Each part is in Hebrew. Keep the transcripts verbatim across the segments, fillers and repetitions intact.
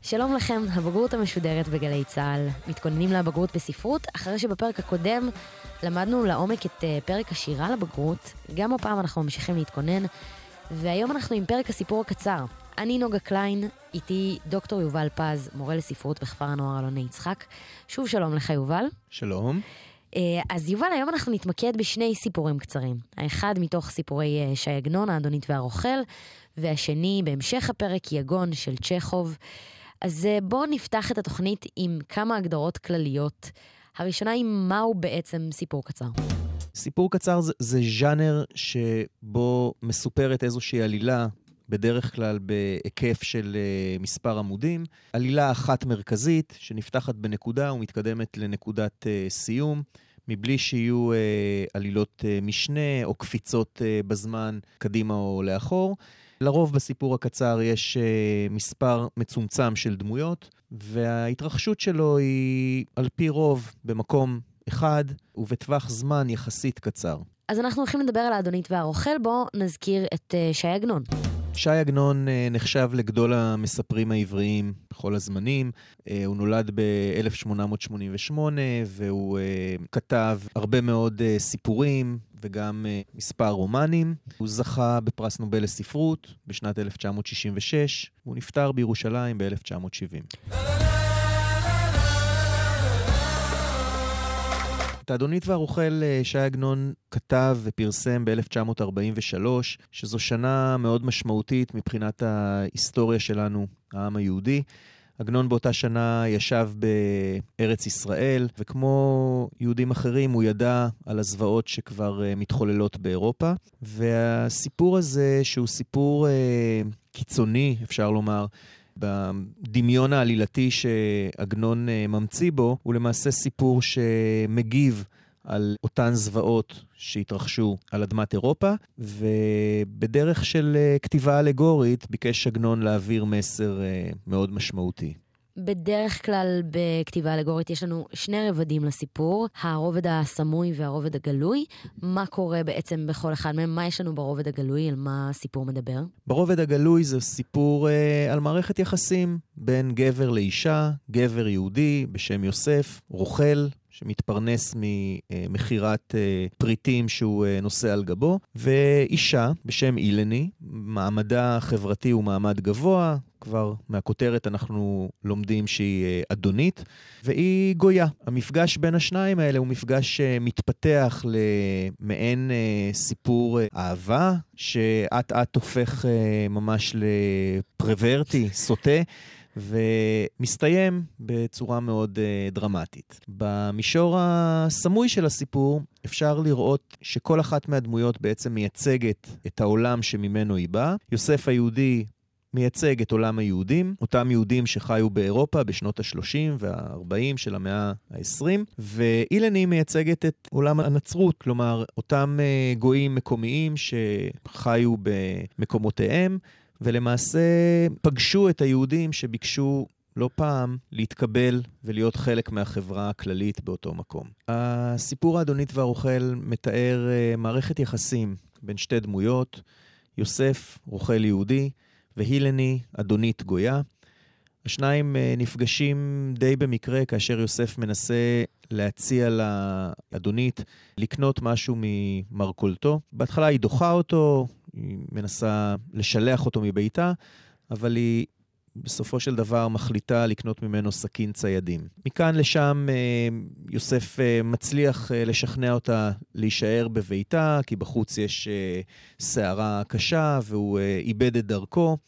שלום לכם, הבגרות המשודרת בגלי צהל. מתכוננים לבגרות בספרות, אחרי שבפרק הקודם למדנו לעומק את פרק השירה לבגרות. גם הפעם אנחנו ממשיכים להתכונן, והיום אנחנו עם פרק הסיפור הקצר. אני נוגה קליין, איתי דוקטור יובל פז, מורה לספרות בכפר הנוער אלוני יצחק. שוב שלום לך יובל. שלום. אז יובל, היום אנחנו נתמקד בשני סיפורים קצרים. האחד מתוך סיפורי שי עגנון, האדונית והרוכל, והשני בהמשך הפרק יגון של צ'כוב. אז בואו נפתח את התוכנית עם כמה הגדרות כלליות. הראשונה היא מהו בעצם סיפור קצר. סיפור קצר זה, זה ז'אנר שבו מסופרת איזושהי עלילה, בדרך כלל בהיקף של uh, מספר עמודים. עלילה אחת מרכזית שנפתחת בנקודה ומתקדמת לנקודת uh, סיום, מבלי שיהיו uh, עלילות uh, משנה או קפיצות uh, בזמן קדימה או לאחור. לרוב בסיפור הקצר יש uh, מספר מצומצם של דמויות, וההתרחשות שלו היא על פי רוב במקום אחד ובטווח זמן יחסית קצר. אז אנחנו הולכים לדבר על האדונית והרוכל. בואו נזכיר את uh, שי עגנון. שי עגנון נחשב לגדול המספרים העבריים בכל הזמנים. הוא נולד ב-אלף שמונה מאות שמונים ושמונה, והוא כתב הרבה מאוד סיפורים וגם מספר רומנים. הוא זכה בפרס נובל לספרות בשנת אלף תשע מאות שישים ושש, והוא נפטר בירושלים ב-אלף תשע מאות שבעים. את האדונית והרוכל שי עגנון כתב ופרסם ב-אלף תשע מאות ארבעים ושלוש, שזו שנה מאוד משמעותית מבחינת ההיסטוריה שלנו, העם היהודי. עגנון באותה שנה ישב בארץ ישראל, וכמו יהודים אחרים הוא ידע על הזוועות שכבר מתחוללות באירופה. והסיפור הזה, שהוא סיפור קיצוני, אפשר לומר, בדמיון העלילתי שעגנון ממציא בו, הוא למעשה סיפור שמגיב על אותן זוועות שהתרחשו על אדמת אירופה, ובדרך של כתיבה אלגורית ביקש עגנון להעביר מסר מאוד משמעותי. בדרך כלל בכתיבה אלגורית יש לנו שני רבדים לסיפור, הרובד הסמוי והרובד הגלוי. מה קורה בעצם בכל אחד מהם? מה יש לנו ברובד הגלוי? על מה הסיפור מדבר? ברובד הגלוי זה סיפור אה, על מערכת יחסים בין גבר לאישה, גבר יהודי בשם יוסף, רוכל, שמתפרנס ממחירת פריטים שהוא נושא על גבו, ואישה בשם אילני, מעמדה חברתי הוא מעמד גבוה, כבר מהכותרת אנחנו לומדים שהיא אדונית, והיא גויה. המפגש בין השניים האלה הוא מפגש מתפתח למעין סיפור אהבה, שעת עת הופך ממש לפרוורטי, סוטה, ומסתיים בצורה מאוד uh, דרמטית. במישור הסמוי של הסיפור אפשר לראות שכל אחת מהדמויות בעצם מייצגת את העולם שממנו היא באה. יוסף היהודי מייצג את עולם היהודים, אותם יהודים שחיו באירופה בשנות ה-שלושים וה-ארבעים של המאה ה-עשרים, ואילני מייצגת את עולם הנצרות, כלומר אותם uh, גויים מקומיים שחיו במקומותיהם, ולמעשה פגשו את היהודים שביקשו לא פעם להתקבל ולהיות חלק מהחברה הכללית באותו מקום. הסיפור האדונית והרוכל מתאר מערכת יחסים בין שתי דמויות, יוסף, רוכל יהודי, והילני, אדונית גויה. השניים נפגשים די במקרה כאשר יוסף מנסה להציע לאדונית לקנות משהו ממרכולתו. בהתחלה היא דוחה אותו, היא מנסה לשלח אותו מביתה, אבל היא בסופו של דבר מחליטה לקנות ממנו סכין ציידים. מכאן לשם יוסף מצליח לשכנע אותה להישאר בביתה, כי בחוץ יש סערה קשה והוא איבד את דרכו,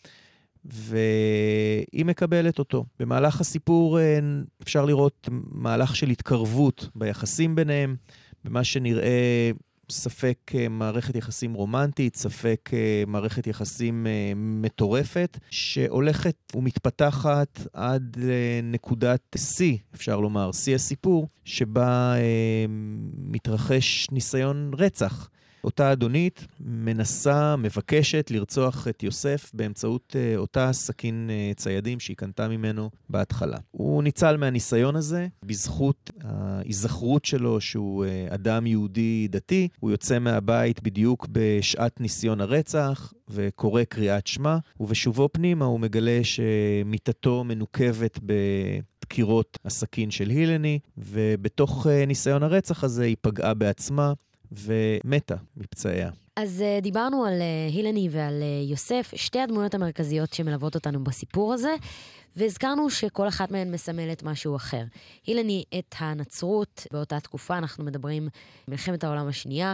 והיא מקבלת אותו. במהלך הסיפור אפשר לראות מהלך של התקרבות ביחסים ביניהם, במה שנראה ספק מערכת יחסים רומנטית, ספק מערכת יחסים מטורפת, שהולכת ומתפתחת עד לנקודת C, אפשר לומר, C הסיפור, שבה מתרחש ניסיון רצח אותה אדונית מנסה, מבקשת לרצוח את יוסף באמצעות אותה סכין ציידים שהיא קנתה ממנו בהתחלה. הוא ניצל מהניסיון הזה, בזכות ההיזכרות שלו שהוא אדם יהודי דתי, הוא יוצא מהבית בדיוק בשעת ניסיון הרצח, וקורא קריאת שמע, ובשובו פנימה הוא מגלה שמיטתו מנוקבת בדקירות הסכין של הילני, ובתוך ניסיון הרצח הזה היא פגעה בעצמה, ומתה מפצעיה. אז דיברנו על הילני ועל יוסף, שתי הדמויות המרכזיות שמלוות אותנו בסיפור הזה, והזכרנו שכל אחת מהן מסמלת משהו אחר. הילני את הנצרות באותה תקופה, אנחנו מדברים מלחמת העולם השנייה,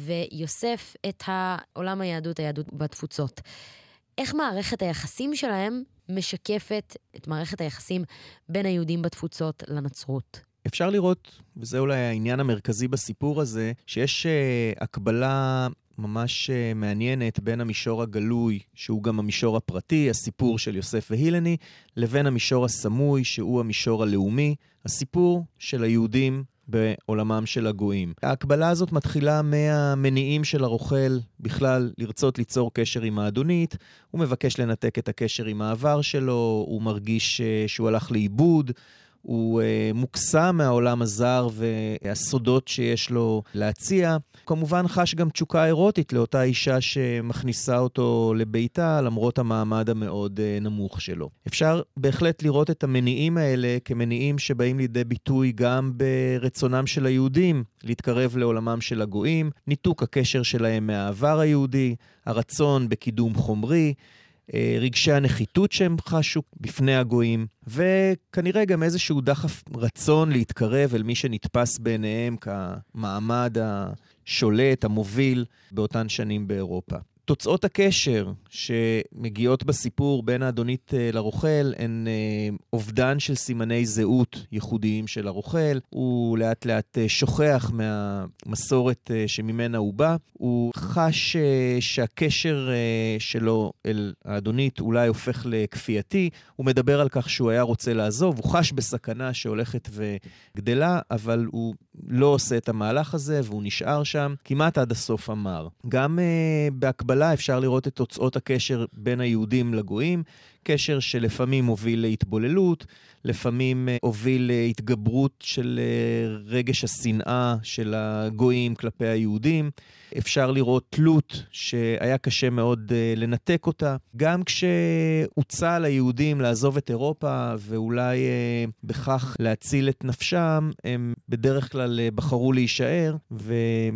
ויוסף את העולם היהדות, היהדות בתפוצות. איך מערכת היחסים שלהם משקפת את מערכת היחסים בין היהודים בתפוצות לנצרות? אפשר לראות, וזה אולי העניין המרכזי בסיפור הזה, שיש uh, הקבלה ממש uh, מעניינת בין המישור הגלוי, שהוא גם המישור הפרטי, הסיפור של יוסף והילני, לבין המישור הסמוי, שהוא המישור הלאומי, הסיפור של היהודים בעולמם של הגויים. ההקבלה הזאת מתחילה מהמניעים של הרוכל בכלל לרצות ליצור קשר עם האדונית, הוא מבקש לנתק את הקשר עם העבר שלו, הוא מרגיש uh, שהוא הלך לאיבוד, הוא uh, מוקסם מהעולם הזר והסודות שיש לו להציע. כמובן חש גם תשוקה אירוטית לאותה אישה שמכניסה אותו לביתה, למרות המעמד המאוד uh, נמוך שלו. אפשר בהחלט לראות את המניעים האלה כמניעים שבאים לידי ביטוי גם ברצונם של היהודים להתקרב לעולמם של הגויים, ניתוק הקשר שלהם מהעבר היהודי, הרצון בקידום חומרי, רגשי הנחיתות שהם חשו בפני הגויים, וכנראה גם איזשהו דחף רצון להתקרב אל מי שנתפס בעיניהם כמעמד השולט, המוביל באותן שנים באירופה. תוצאות הקשר שמגיעות בסיפור בין האדונית לרוכל הן אובדן של סימני זהות ייחודיים של הרוכל. הוא לאט לאט שוכח מהמסורת שממנה הוא בא. הוא חש שהקשר שלו אל האדונית אולי הופך לכפייתי. הוא מדבר על כך שהוא היה רוצה לעזוב. הוא חש בסכנה שהולכת וגדלה, אבל הוא לא עושה את המהלך הזה והוא נשאר שם כמעט עד הסוף המר. גם בהקבלה אפשר לראות את תוצאות הקשר בין היהודים לגויים, קשר שלפעמים הוביל להתבוללות, לפעמים הוביל להתגברות של רגש השנאה של הגויים כלפי היהודים. אפשר לראות תלות שהיה קשה מאוד לנתק אותה. גם כשהוצע ליהודים לעזוב את אירופה ואולי בכך להציל את נפשם, הם בדרך כלל בחרו להישאר, ו...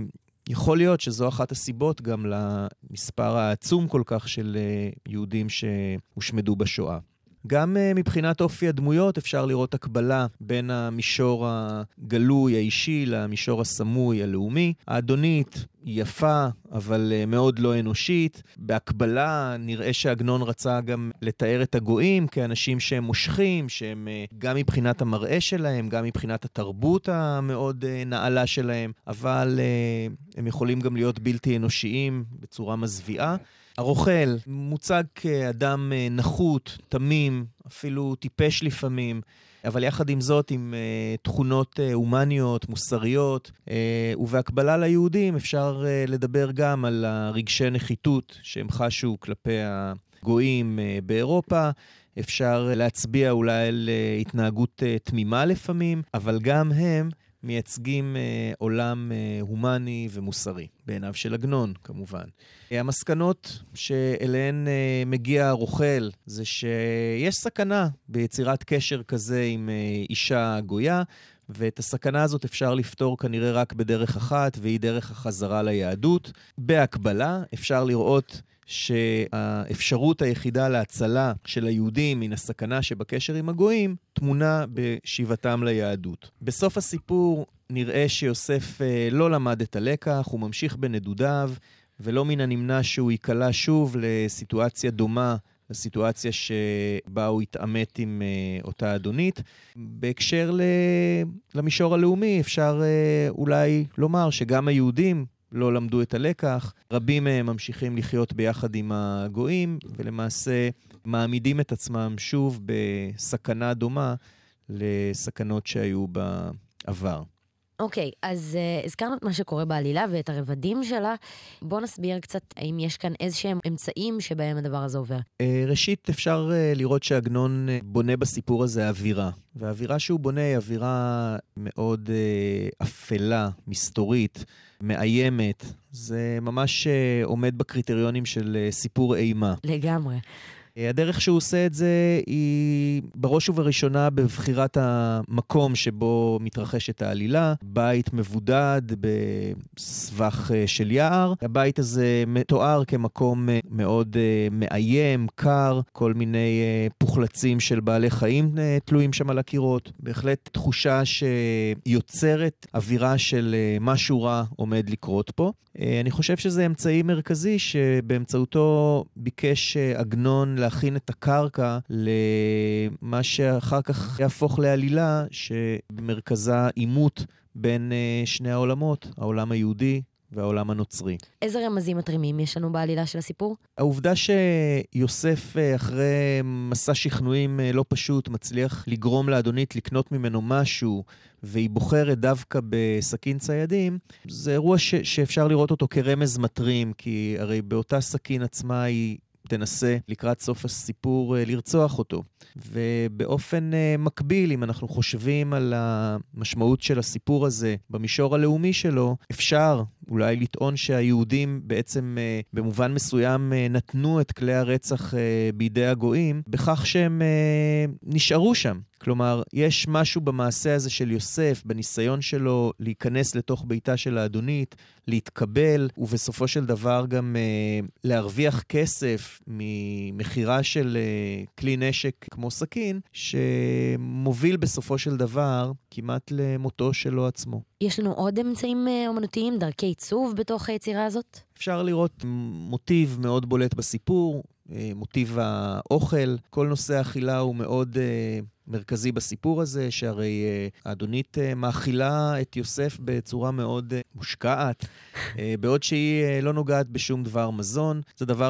יכול להיות שזו אחת הסיבות גם למספר העצום כל כך של יהודים שהושמדו בשואה. גם מבחינת אופי הדמויות אפשר לראות הקבלה בין המישור הגלוי, האישי, למישור הסמוי, הלאומי. האדונית היא יפה, אבל מאוד לא אנושית. בהקבלה נראה שהעגנון רצה גם לתאר את הגויים כאנשים שהם מושכים, שהם גם מבחינת המראה שלהם, גם מבחינת התרבות המאוד נעלה שלהם, אבל הם יכולים גם להיות בלתי אנושיים בצורה מזוויעה. הרוכל מוצג כאדם נחות, תמים, אפילו טיפש לפעמים, אבל יחד עם זאת עם uh, תכונות uh, הומניות, מוסריות, uh, ובהקבלה ליהודים אפשר uh, לדבר גם על הרגשי נחיתות שהם חשו כלפי הגויים uh, באירופה. אפשר להצביע אולי על uh, התנהגות uh, תמימה לפעמים, אבל גם הם מייצגים אה, עולם אה, הומני ומוסרי, בעיניו של עגנון כמובן. אה, המסקנות שאליהן אה, מגיע הרוכל זה שיש סכנה ביצירת קשר כזה עם אה, אישה גויה, ואת הסכנה הזאת אפשר לפתור כנראה רק בדרך אחת, והיא דרך החזרה ליהדות. בהקבלה אפשר לראות שהאפשרות היחידה להצלה של היהודים מן הסכנה שבקשר עם הגויים תמונה בשיבתם ליהדות. בסוף הסיפור נראה שיוסף לא למד את הלקח, הוא ממשיך בנדודיו, ולא מן הנמנע שהוא יקלה שוב לסיטואציה דומה, לסיטואציה שבה הוא התאמת עם אותה אדונית. בהקשר למישור הלאומי אפשר אולי לומר שגם היהודים לא למדו את הלקח, רבים מהם ממשיכים לחיות ביחד עם הגויים, ולמעשה מעמידים את עצמם שוב בסכנה דומה לסכנות שהיו בעבר. אוקיי, אז uh, הזכרנו את מה שקורה בעלילה ואת הרבדים שלה. בוא נסביר קצת האם יש כאן איזשהם אמצעים שבהם הדבר הזה עובר. Uh, ראשית, אפשר uh, לראות שעגנון uh, בונה בסיפור הזה אווירה. והאווירה שהוא בונה היא אווירה מאוד uh, אפלה, מסתורית, מאיימת. זה ממש uh, עומד בקריטריונים של uh, סיפור אימה. לגמרי. הדרך שהוא עושה את זה היא בראש ובראשונה בבחירת המקום שבו מתרחשת העלילה. בית מבודד בסבך של יער. הבית הזה מתואר כמקום מאוד מאיים, קר, כל מיני פוחלצים של בעלי חיים תלויים שם על הקירות. בהחלט תחושה שיוצרת אווירה של משהו רע עומד לקרות פה. אני חושב שזה אמצעי מרכזי שבאמצעותו ביקש עגנון להכין את הקרקע למה שאחר כך יהפוך לעלילה שבמרכזה עימות בין שני העולמות, העולם היהודי והעולם הנוצרי. איזה רמזים מתרימים יש לנו בעלילה של הסיפור? העובדה שיוסף אחרי מסע שכנועים לא פשוט מצליח לגרום לאדונית לקנות ממנו משהו והיא בוחרת דווקא בסכין ציידים, זה אירוע ש- שאפשר לראות אותו כרמז מטרים, כי הרי באותה סכין עצמה היא תנסה לקראת סוף הסיפור לרצוח אותו. ובאופן מקביל, אם אנחנו חושבים על המשמעות של הסיפור הזה במישור הלאומי שלו, אפשר אולי לטעון שהיהודים בעצם במובן מסוים נתנו את כלי הרצח בידי הגויים, בכך שהם נשארו שם. כלומר, יש משהו במעשה הזה של יוסף, בניסיון שלו להיכנס לתוך ביתה של האדונית, להתקבל, ובסופו של דבר גם אה, להרוויח כסף ממחירה של אה, כלי נשק כמו סכין, שמוביל בסופו של דבר כמעט למותו שלו עצמו. יש לנו עוד אמצעים אומנותיים, דרכי עיצוב בתוך היצירה הזאת? אפשר לראות מוטיב מאוד בולט בסיפור, מוטיב האוכל. כל נושא האכילה הוא מאוד uh, מרכזי בסיפור הזה, שהרי uh, האדונית uh, מאכילה את יוסף בצורה מאוד uh, מושקעת, uh, בעוד שהיא uh, לא נוגעת בשום דבר מזון. זה דבר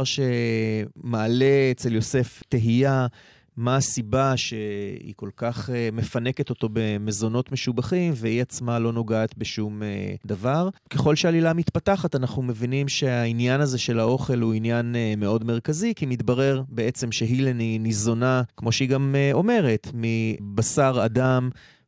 שמעלה אצל יוסף תהייה, מה הסיבה שהיא כל כך uh, מפנקת אותו במזונות משובחים, והיא עצמה לא נוגעת בשום uh, דבר. ככל שהעלילה מתפתחת, אנחנו מבינים שהעניין הזה של האוכל הוא עניין uh, מאוד מרכזי, כי מתברר בעצם שהילני ניזונה, כמו שהיא גם uh, אומרת, מבשר אדם,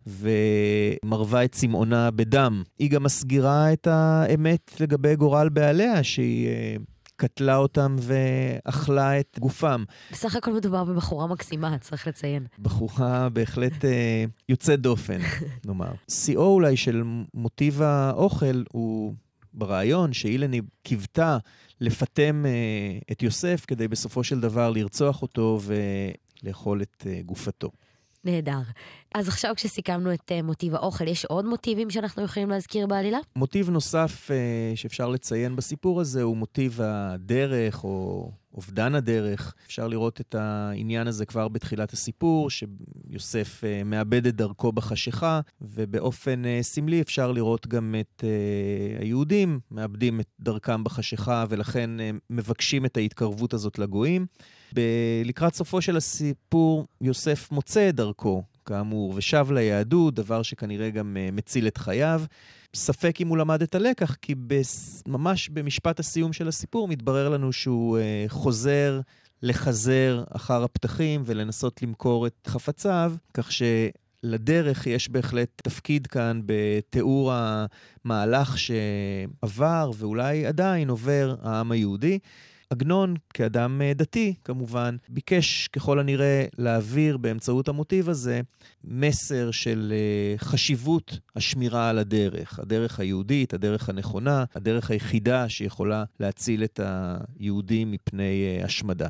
ומרווה את צמאונה בדם. היא גם מסגירה את האמת לגבי גורל בעליה, שהיא Uh, קטלה אותם ואכלה את גופם. בסך הכל מדובר בבחורה מקסימה, צריך לציין. בחורה בהחלט אה, יוצא דופן, נאמר. שיאו אולי של מוטיב האוכל הוא ברעיון שאילני קיוותה לפתם אה, את יוסף כדי בסופו של דבר לרצוח אותו ולאכול את אה, גופתו. נהדר. אז עכשיו כשסיכמנו את uh, מוטיב האוכל, יש עוד מוטיבים שאנחנו יכולים להזכיר בעלילה? מוטיב נוסף uh, שאפשר לציין בסיפור הזה הוא מוטיב הדרך או אובדן הדרך. אפשר לראות את העניין הזה כבר בתחילת הסיפור, שיוסף uh, מאבד את דרכו בחשיכה, ובאופן uh, סמלי אפשר לראות גם את uh, היהודים מאבדים את דרכם בחשיכה, ולכן uh, מבקשים את ההתקרבות הזאת לגויים. ב- לקראת סופו של הסיפור, יוסף מוצא את דרכו, כאמור, ושב ליהדות, דבר שכנראה גם uh, מציל את חייו. ספק אם הוא למד את הלקח, כי בס... ממש במשפט הסיום של הסיפור מתברר לנו שהוא uh, חוזר לחזר אחר הפתחים ולנסות למכור את חפציו, כך שלדרך יש בהחלט תפקיד כאן בתיאור המהלך שעבר ואולי עדיין עובר העם היהודי. עגנון, כאדם דתי, כמובן, ביקש ככל הנראה להעביר באמצעות המוטיב הזה מסר של חשיבות השמירה על הדרך, הדרך היהודית, הדרך הנכונה, הדרך היחידה שיכולה להציל את היהודים מפני השמדה.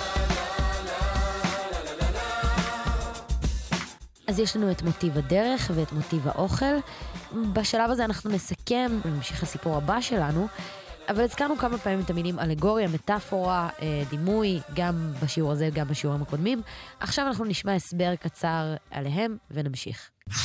אז יש לנו את מוטיב הדרך ואת מוטיב האוכל. בשלב הזה אנחנו נסכם, נמשיך לסיפור הבא שלנו, אבל הזכרנו כמה פעמים את המילים אלגוריה, מטאפורה, דימוי, גם בשיעור הזה, גם בשיעורים הקודמים. עכשיו אנחנו נשמע הסבר קצר עליהם ונמשיך.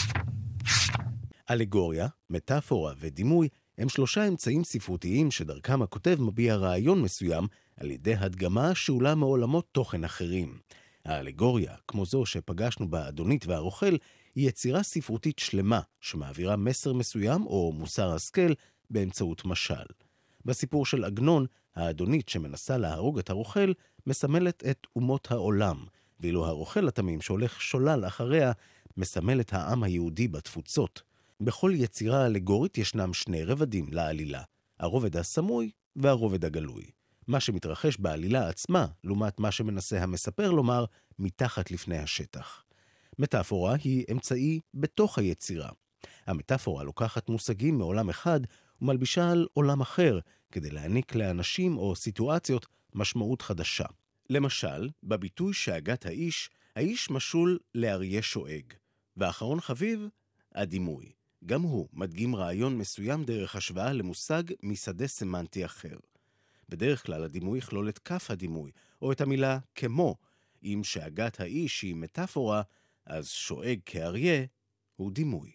אלגוריה, מטאפורה ודימוי הם שלושה אמצעים ספרותיים שדרכם הכותב מביע רעיון מסוים על ידי הדגמה שעולה מעולמות תוכן אחרים. האלגוריה, כמו זו שפגשנו באדונית והרוכל, היא יצירה ספרותית שלמה שמעבירה מסר מסוים או מוסר השכל באמצעות משל. בסיפור של עגנון, האדונית שמנסה להרוג את הרוכל מסמלת את אומות העולם, ואילו הרוכל התמים שהולך שולל אחריה מסמל את העם היהודי בתפוצות. בכל יצירה אלגורית ישנם שני רבדים לעלילה, הרובד הסמוי והרובד הגלוי. מה שמתרחש בעלילה עצמה, לעומת מה שמנסה המספר לומר, מתחת לפני השטח. מטאפורה היא אמצעי בתוך היצירה. המטאפורה לוקחת מושגים מעולם אחד ומלבישה על עולם אחר, כדי להעניק לאנשים או סיטואציות משמעות חדשה. למשל, בביטוי שאגת האיש, האיש משול לאריה שואג, ואחרון חביב, הדימוי. גם הוא מדגים רעיון מסוים דרך השוואה למושג משדה סמנטי אחר. בדרך כלל הדימוי יכלול את כף הדימוי, או את המילה כמו. אם שאגת האיש היא מטאפורה, אז שואג כאריה הוא דימוי.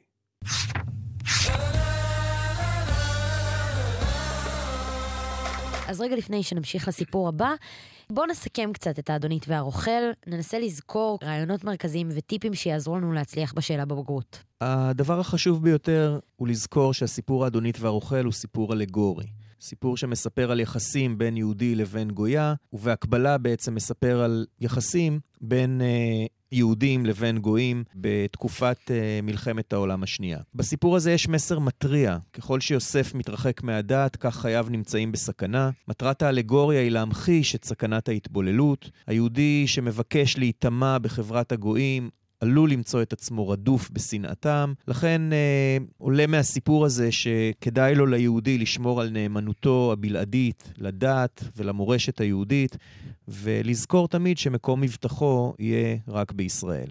אז רגע לפני שנמשיך לסיפור הבא, בואו נסכם קצת את האדונית והרוכל, ננסה לזכור רעיונות מרכזיים וטיפים שיעזרו לנו להצליח בשאלה בבגרות. הדבר החשוב ביותר הוא לזכור שהסיפור האדונית והרוכל הוא סיפור אלגורי. סיפור שמספר על יחסים בין יהודי לבין גויה, ובהקבלה בעצם מספר על יחסים בין אה, יהודים לבין גויים בתקופת אה, מלחמת העולם השנייה. בסיפור הזה יש מסר מטריע. ככל שיוסף מתרחק מהדת, כך חייו נמצאים בסכנה. מטרת האלגוריה היא להמחיש את סכנת ההתבוללות. היהודי שמבקש להיטמע בחברת הגויים, עלול למצוא את עצמו רדוף בשנאתם. לכן אה, עולה מהסיפור הזה שכדאי לו ליהודי לשמור על נאמנותו הבלעדית, לדת ולמורשת היהודית, ולזכור תמיד שמקום מבטחו יהיה רק בישראל.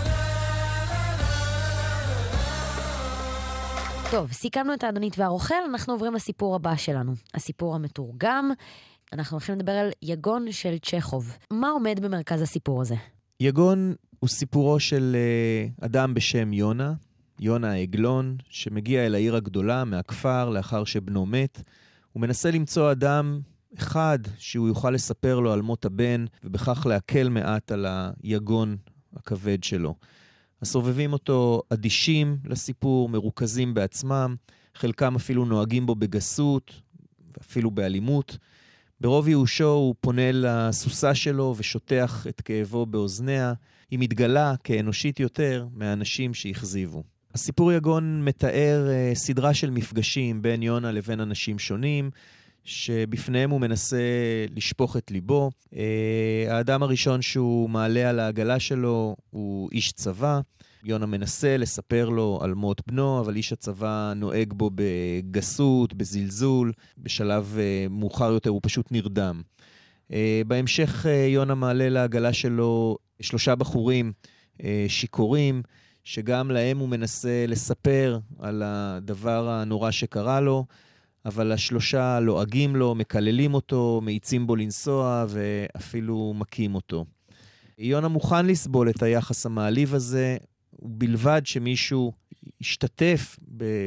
טוב, סיכמנו את האדונית והרוכל, אנחנו עוברים לסיפור הבא שלנו. הסיפור המתורגם, אנחנו הולכים לדבר על יגון של צ'כוב. מה עומד במרכז הסיפור הזה? יגון הוא סיפורו של אדם בשם יונה, יונה העגלון, שמגיע אל העיר הגדולה מהכפר לאחר שבנו מת. הוא מנסה למצוא אדם אחד שהוא יוכל לספר לו על מות הבן, ובכך להקל מעט על היגון הכבד שלו. הסובבים אותו אדישים לסיפור, מרוכזים בעצמם, חלקם אפילו נוהגים בו בגסות, ואפילו באלימות. ברוב ייאושו הוא פונה לסוסה שלו ושוטח את כאבו באוזניה. היא מתגלה כאנושית יותר מהאנשים שהחזיבו. הסיפור יגון מתאר uh, סדרה של מפגשים בין יונה לבין אנשים שונים, שבפניהם הוא מנסה לשפוך את ליבו. Uh, האדם הראשון שהוא מעלה על העגלה שלו הוא איש צבא. יונה מנסה לספר לו על מות בנו, אבל איש הצבא נוהג בו בגסות, בזלזול. בשלב uh, מאוחר יותר הוא פשוט נרדם. Uh, בהמשך uh, יונה מעלה לעגלה שלו שלושה בחורים uh, שיכורים, שגם להם הוא מנסה לספר על הדבר הנורא שקרה לו, אבל השלושה לועגים לו, מקללים אותו, מאיצים בו לנסוע ואפילו מכים אותו. יונה מוכן לסבול את היחס המעליב הזה, ובלבד שמישהו ישתתף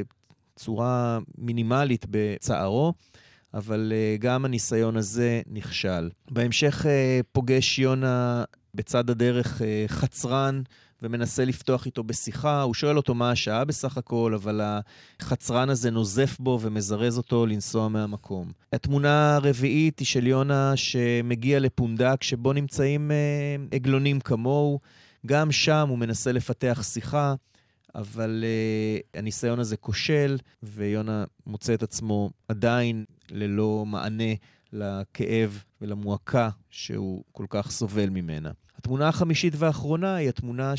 בצורה מינימלית בצערו, אבל גם הניסיון הזה נכשל. בהמשך פוגש יונה בצד הדרך חצרן, ומנסה לפתוח איתו בשיחה. הוא שואל אותו מה השעה בסך הכל, אבל החצרן הזה נוזף בו ומזרז אותו לנסוע מהמקום. התמונה הרביעית היא של יונה שמגיע לפונדק שבו נמצאים עגלונים כמוהו. גם שם הוא מנסה לפתח שיחה, אבל uh, הניסיון הזה כושל, ויונה מוצא את עצמו עדיין ללא מענה לכאב ולמועקה שהוא כל כך סובל ממנה. התמונה החמישית והאחרונה היא התמונה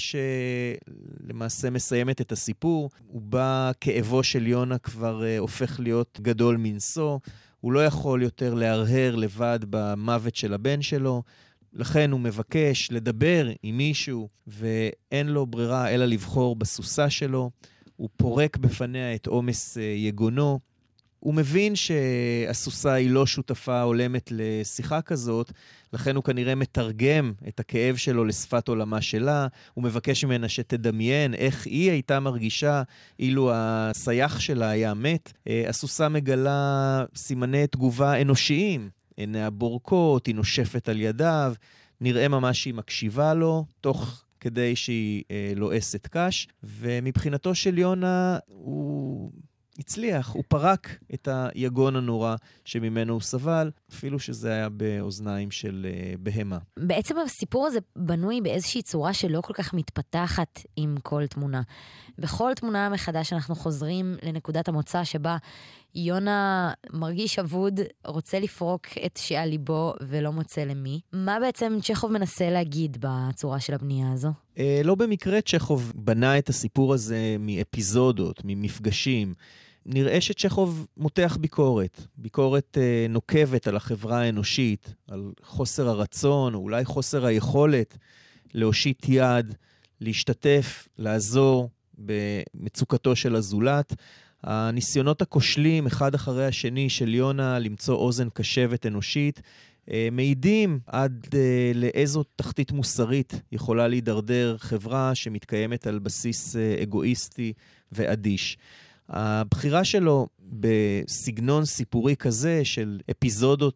שלמעשה מסיימת את הסיפור, ובה כאבו של יונה כבר uh, הופך להיות גדול מנסו, הוא לא יכול יותר להרהר לבד במוות של הבן שלו, לכן הוא מבקש לדבר עם מישהו, ואין לו ברירה אלא לבחור בסוסה שלו. הוא פורק בפניה את עומס יגונו. הוא מבין שהסוסה היא לא שותפה הולמת לשיחה כזאת, לכן הוא כנראה מתרגם את הכאב שלו לשפת עולמה שלה. הוא מבקש ממנה שתדמיין איך היא הייתה מרגישה אילו הסייח שלה היה מת. הסוסה מגלה סימני תגובה אנושיים. עיניה בורקות, היא נושפת על ידיו, נראה ממש שהיא מקשיבה לו, תוך כדי שהיא אה, לועסת קש, ומבחינתו של יונה הוא הצליח, הוא פרק את היגון הנורא שממנו הוא סבל, אפילו שזה היה באוזניים של אה, בהמה. בעצם הסיפור הזה בנוי באיזושהי צורה שלא כל כך מתפתחת עם כל תמונה. בכל תמונה מחדש אנחנו חוזרים לנקודת המוצא שבה יונה מרגיש אבוד, רוצה לפרוק את שעל ליבו ולא מוצא למי. מה בעצם צ'כוב מנסה להגיד בצורה של הבנייה הזו? אה, לא במקרה צ'כוב בנה את הסיפור הזה מאפיזודות, ממפגשים. נראה שצ'כוב מותח ביקורת, ביקורת אה, נוקבת על החברה האנושית, על חוסר הרצון, או אולי חוסר היכולת להושיט יד, להשתתף, לעזור במצוקתו של הזולת. הניסיונות הכושלים, אחד אחרי השני של יונה, למצוא אוזן קשבת אנושית, אה, מעידים עד אה, לאיזו תחתית מוסרית יכולה להידרדר חברה שמתקיימת על בסיס אה, אגואיסטי ואדיש. הבחירה שלו בסגנון סיפורי כזה של אפיזודות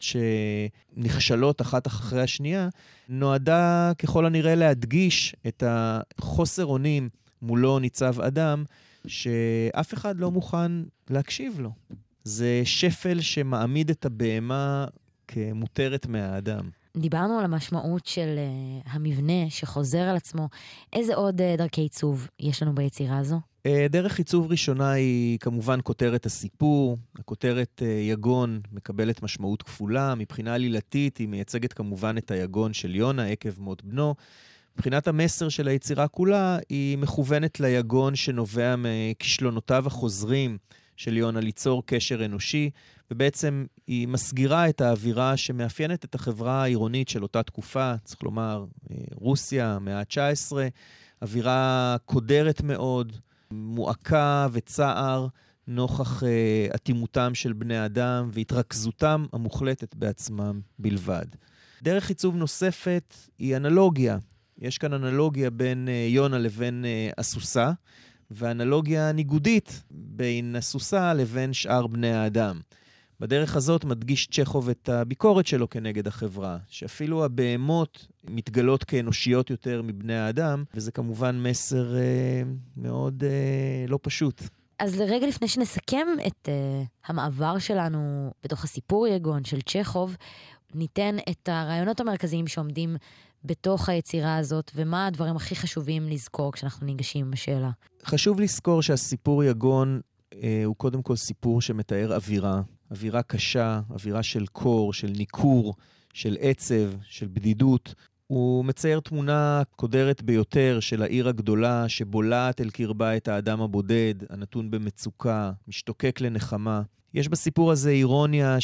שנכשלות אחת אחרי השנייה, נועדה ככל הנראה להדגיש את החוסר אונים מולו ניצב אדם, שאף אחד לא מוכן להקשיב לו. זה שפל שמעמיד את הבהמה כמותרת מהאדם. דיברנו על המשמעות של uh, המבנה שחוזר על עצמו. איזה עוד uh, דרכי עיצוב יש לנו ביצירה הזו? Uh, דרך עיצוב ראשונה היא כמובן כותרת הסיפור. הכותרת uh, יגון מקבלת משמעות כפולה. מבחינה עלילתית היא מייצגת כמובן את היגון של יונה עקב מות בנו. מבחינת המסר של היצירה כולה היא מכוונת ליגון שנובע מכישלונותיו החוזרים של יונה ליצור קשר אנושי, ובעצם היא מסגירה את האווירה שמאפיינת את החברה העירונית של אותה תקופה, צריך לומר רוסיה, המאה ה-תשע עשרה, אווירה קודרת מאוד, מועקה וצער, נוכח uh, אטימותם של בני אדם והתרכזותם המוחלטת בעצמם בלבד. דרך עיצוב נוספת היא אנלוגיה. יש כאן אנלוגיה בין uh, יונה לבין uh, הסוסה, ואנלוגיה ניגודית בין הסוסה לבין שאר בני האדם. בדרך הזאת מדגיש צ'כוב את הביקורת שלו כנגד החברה, שאפילו הבהמות מתגלות כאנושיות יותר מבני האדם, וזה כמובן מסר uh, מאוד uh, לא פשוט. אז לרגע לפני שנסכם את uh, המעבר שלנו בתוך הסיפור יגון של צ'כוב, ניתן את הרעיונות המרכזיים שעומדים בתוך היצירה הזאת, ומה הדברים הכי חשובים לזכור כשאנחנו ניגשים בשאלה. חשוב לזכור שהסיפור יגון אה, הוא קודם כל סיפור שמתאר אווירה, אווירה קשה, אווירה של קור, של ניכור, של עצב, של בדידות. הוא מצייר תמונה קודרת ביותר של העיר הגדולה שבולעת אל קרבה את האדם הבודד, הנתון במצוקה, משתוקק לנחמה. יש בסיפור הזה אירוניה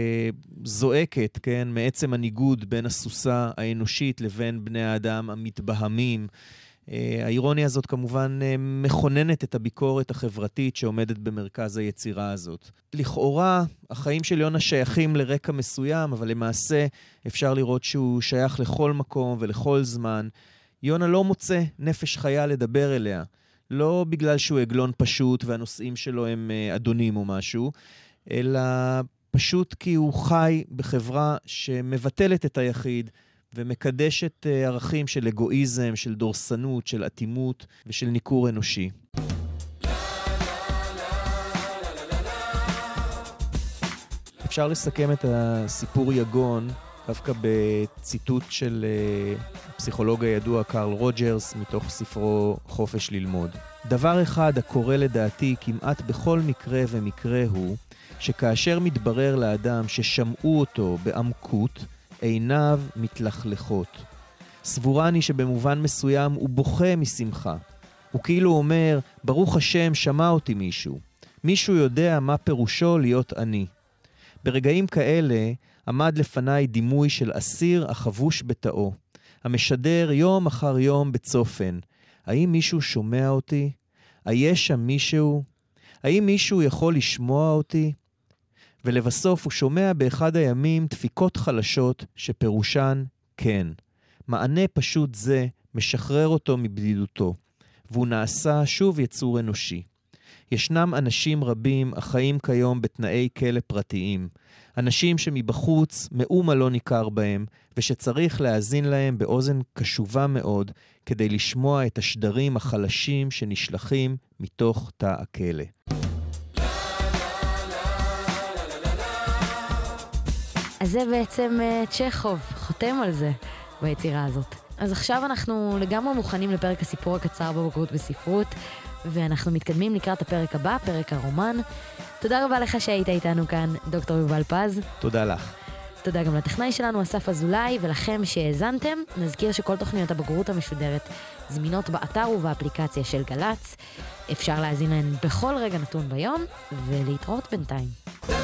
שזועקת, כן, מעצם הניגוד בין הסוסה האנושית לבין בני האדם המתבהמים. האירוניה הזאת כמובן מכוננת את הביקורת החברתית שעומדת במרכז היצירה הזאת. לכאורה, החיים של יונה שייכים לרקע מסוים, אבל למעשה אפשר לראות שהוא שייך לכל מקום ולכל זמן. יונה לא מוצא נפש חיה לדבר אליה. לא בגלל שהוא עגלון פשוט והנושאים שלו הם אדונים או משהו, אלא פשוט כי הוא חי בחברה שמבטלת את היחיד ומקדשת ערכים של אגואיזם, של דורסנות, של אטימות ושל ניכור אנושי. אפשר לסכם את הסיפור יגון דווקא בציטוט של הפסיכולוג הידוע קרל רוג'רס מתוך ספרו חופש ללמוד. דבר אחד הקורא לדעתי כמעט בכל מקרה ומקרה הוא שכאשר מתברר לאדם ששמעו אותו בעמקות, עיניו מתלכלכות. סבורני שבמובן מסוים הוא בוכה משמחה. הוא כאילו אומר, ברוך השם שמע אותי מישהו. מישהו יודע מה פירושו להיות אני. ברגעים כאלה עמד לפניי דימוי של אסיר החבוש בתאו, המשדר יום אחר יום בצופן. האם מישהו שומע אותי? יש שם מישהו? האם מישהו יכול לשמוע אותי? ולבסוף הוא שומע באחד הימים דפיקות חלשות שפירושן כן. מענה פשוט זה משחרר אותו מבדידותו, והוא נעשה שוב יצור אנושי. ישנם אנשים רבים החיים כיום בתנאי כלא פרטיים. אנשים שמבחוץ מאומה לא ניכר בהם, ושצריך להאזין להם באוזן קשובה מאוד, כדי לשמוע את השדרים החלשים שנשלחים מתוך תא הכלא. אז זה בעצם צ'כוב, חותם על זה ביצירה הזאת. אז עכשיו אנחנו לגמרי מוכנים לפרק הסיפור הקצר בבגרות בספרות, ואנחנו מתקדמים לקראת הפרק הבא, פרק הרומן. תודה רבה לך שהיית איתנו כאן, דוקטור יובל פז. תודה לך. תודה גם לטכנאי שלנו, אסף אזולאי, ולכם שהאזנתם. נזכיר שכל תוכניות הבגרות המשודרת זמינות באתר ובאפליקציה של גלץ. אפשר להאזין להן בכל רגע נתון ביום, ולהתראות בינתיים.